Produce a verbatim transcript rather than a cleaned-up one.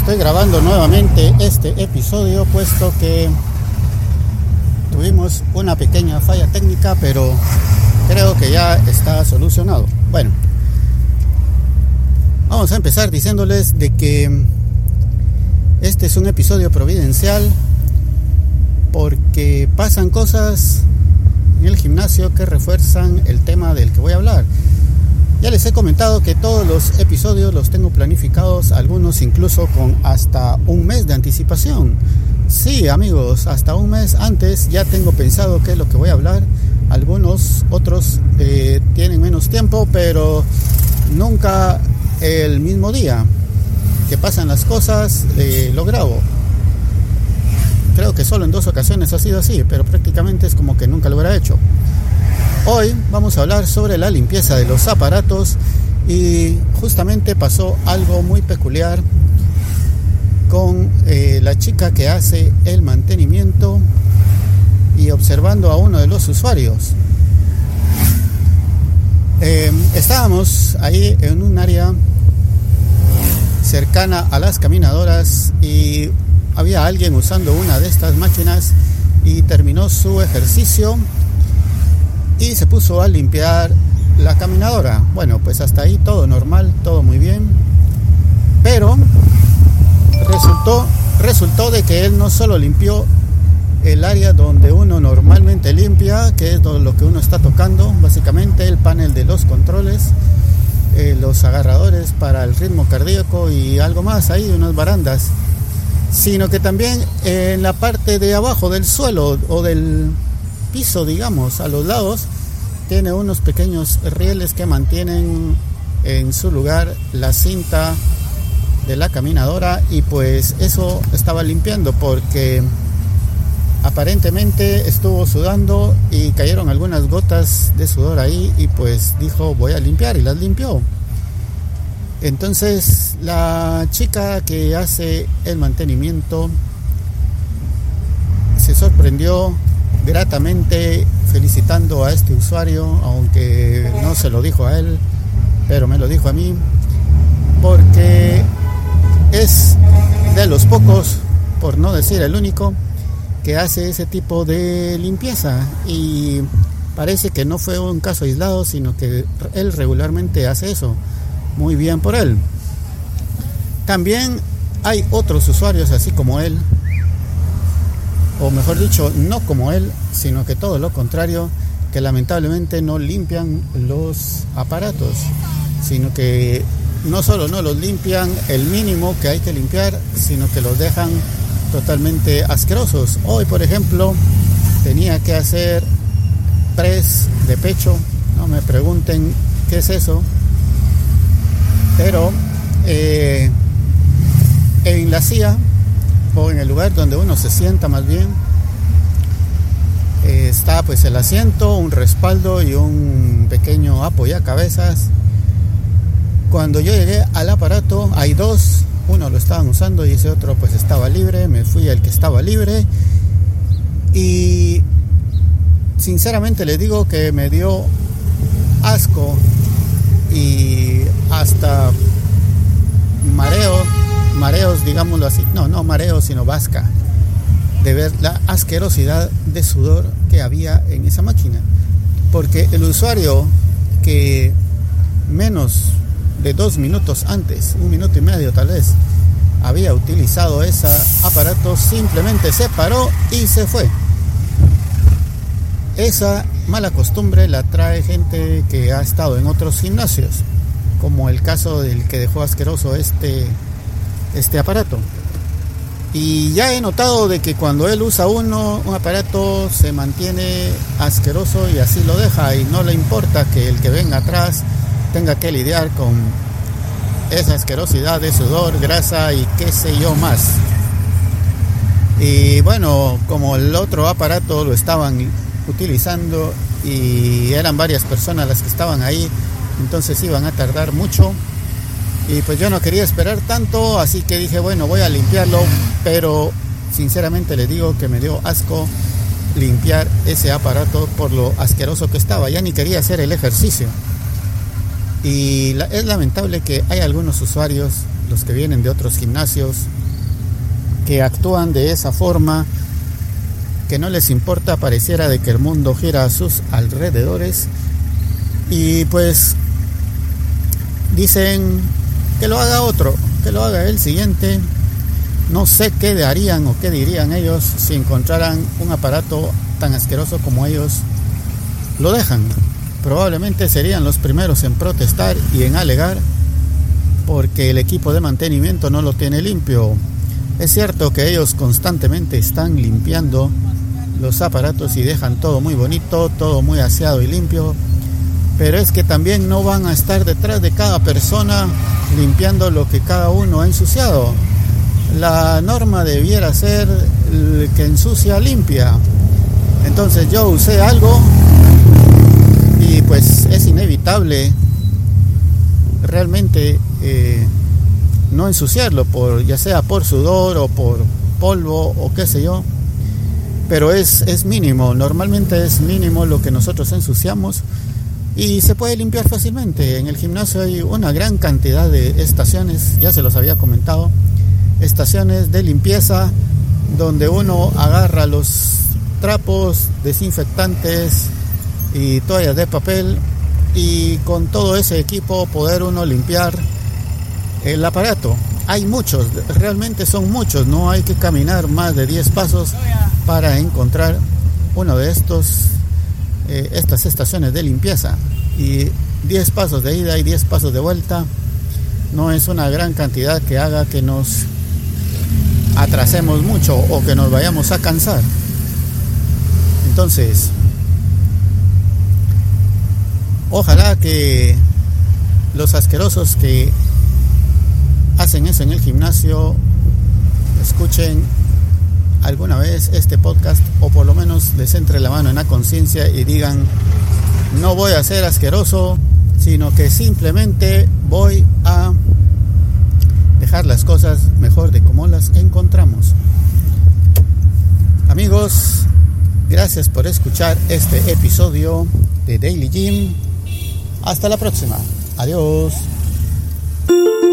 Estoy grabando nuevamente este episodio puesto que tuvimos una pequeña falla técnica, pero creo que ya está solucionado. Bueno, vamos a empezar diciéndoles de que este es un episodio providencial porque pasan cosas en el gimnasio que refuerzan el tema del que voy a hablar. Ya les he comentado que todos los episodios los tengo planificados, algunos incluso con hasta un mes de anticipación. Sí, amigos, hasta un mes antes ya tengo pensado qué es lo que voy a hablar. Algunos otros eh, tienen menos tiempo, pero nunca el mismo día que pasan las cosas eh, lo grabo. Creo que solo en dos ocasiones ha sido así, pero prácticamente es como que nunca lo hubiera hecho. Hoy vamos a hablar sobre la limpieza de los aparatos y justamente pasó algo muy peculiar con eh, la chica que hace el mantenimiento y observando a uno de los usuarios. Eh, estábamos ahí en un área cercana a las caminadoras y había alguien usando una de estas máquinas y terminó su ejercicio y se puso a limpiar la caminadora. Bueno, pues hasta ahí todo normal, todo muy bien, pero resultó, resultó de que él no solo limpió el área donde uno normalmente limpia, que es lo que uno está tocando, básicamente el panel de los controles, eh, los agarradores para el ritmo cardíaco y algo más ahí, unas barandas, sino que también en la parte de abajo del suelo o del piso, digamos, a los lados, tiene unos pequeños rieles que mantienen en su lugar la cinta de la caminadora, y pues eso estaba limpiando porque aparentemente estuvo sudando y cayeron algunas gotas de sudor ahí, y pues dijo voy a limpiar, y las limpió. Entonces la chica que hace el mantenimiento se sorprendió gratamente felicitando a este usuario, aunque no se lo dijo a él, pero me lo dijo a mí, porque es de los pocos, por no decir el único, que hace ese tipo de limpieza, y parece que no fue un caso aislado, sino que él regularmente hace eso. Muy bien por él. También hay otros usuarios así como él, o mejor dicho, no como él, sino que todo lo contrario, que lamentablemente no limpian los aparatos, sino que no solo no los limpian el mínimo que hay que limpiar, sino que los dejan totalmente asquerosos. Hoy, por ejemplo, tenía que hacer press de pecho, no me pregunten qué es eso, pero eh, en la silla, o en el lugar donde uno se sienta más bien, eh, está pues el asiento, un respaldo y un pequeño apoyacabezas. Cuando yo llegué al aparato, hay dos, uno lo estaban usando y ese otro pues estaba libre. Me fui al que estaba libre y sinceramente les digo que me dio asco y hasta mareo mareos, digámoslo así, no, no mareos, sino vasca, de ver la asquerosidad de sudor que había en esa máquina, porque el usuario que menos de dos minutos antes, un minuto y medio tal vez, había utilizado ese aparato, simplemente se paró y se fue. Esa mala costumbre la trae gente que ha estado en otros gimnasios, como el caso del que dejó asqueroso este este aparato. Y ya he notado de que cuando él usa uno, un aparato se mantiene asqueroso y así lo deja, y no le importa que el que venga atrás tenga que lidiar con esa asquerosidad de sudor, grasa y qué sé yo más. Y bueno, como el otro aparato lo estaban utilizando y eran varias personas las que estaban ahí, entonces iban a tardar mucho. Y pues yo no quería esperar tanto, así que dije, bueno, voy a limpiarlo, pero sinceramente les digo que me dio asco limpiar ese aparato por lo asqueroso que estaba. Ya ni quería hacer el ejercicio. Y la, es lamentable que hay algunos usuarios los que vienen de otros gimnasios, que actúan de esa forma, que no les importa, pareciera de que el mundo gira a sus alrededores, y pues dicen que lo haga otro, que lo haga el siguiente. No sé qué harían o qué dirían ellos si encontraran un aparato tan asqueroso como ellos lo dejan. Probablemente serían los primeros en protestar y en alegar porque el equipo de mantenimiento no lo tiene limpio. Es cierto que ellos constantemente están limpiando los aparatos y dejan todo muy bonito, todo muy aseado y limpio, pero es que también no van a estar detrás de cada persona limpiando lo que cada uno ha ensuciado. La norma debiera ser el que ensucia limpia. Entonces yo usé algo y pues es inevitable realmente eh, no ensuciarlo, por, ya sea por sudor o por polvo o qué sé yo, pero es, es mínimo, normalmente es mínimo lo que nosotros ensuciamos y se puede limpiar fácilmente. En el gimnasio hay una gran cantidad de estaciones, ya se los había comentado, estaciones de limpieza donde uno agarra los trapos, desinfectantes y toallas de papel y con todo ese equipo poder uno limpiar el aparato. Hay muchos, realmente son muchos, no hay que caminar más de diez pasos para encontrar uno de estos eh, estas estaciones de limpieza, y diez pasos de ida y diez pasos de vuelta no es una gran cantidad que haga que nos atrasemos mucho o que nos vayamos a cansar. Entonces, ojalá que los asquerosos que hacen eso en el gimnasio escuchen alguna vez este podcast, o por lo menos les entre la mano en la conciencia y digan: no voy a ser asqueroso, sino que simplemente voy a dejar las cosas mejor de como las encontramos. Amigos, gracias por escuchar este episodio de Daily Gym. Hasta la próxima. Adiós.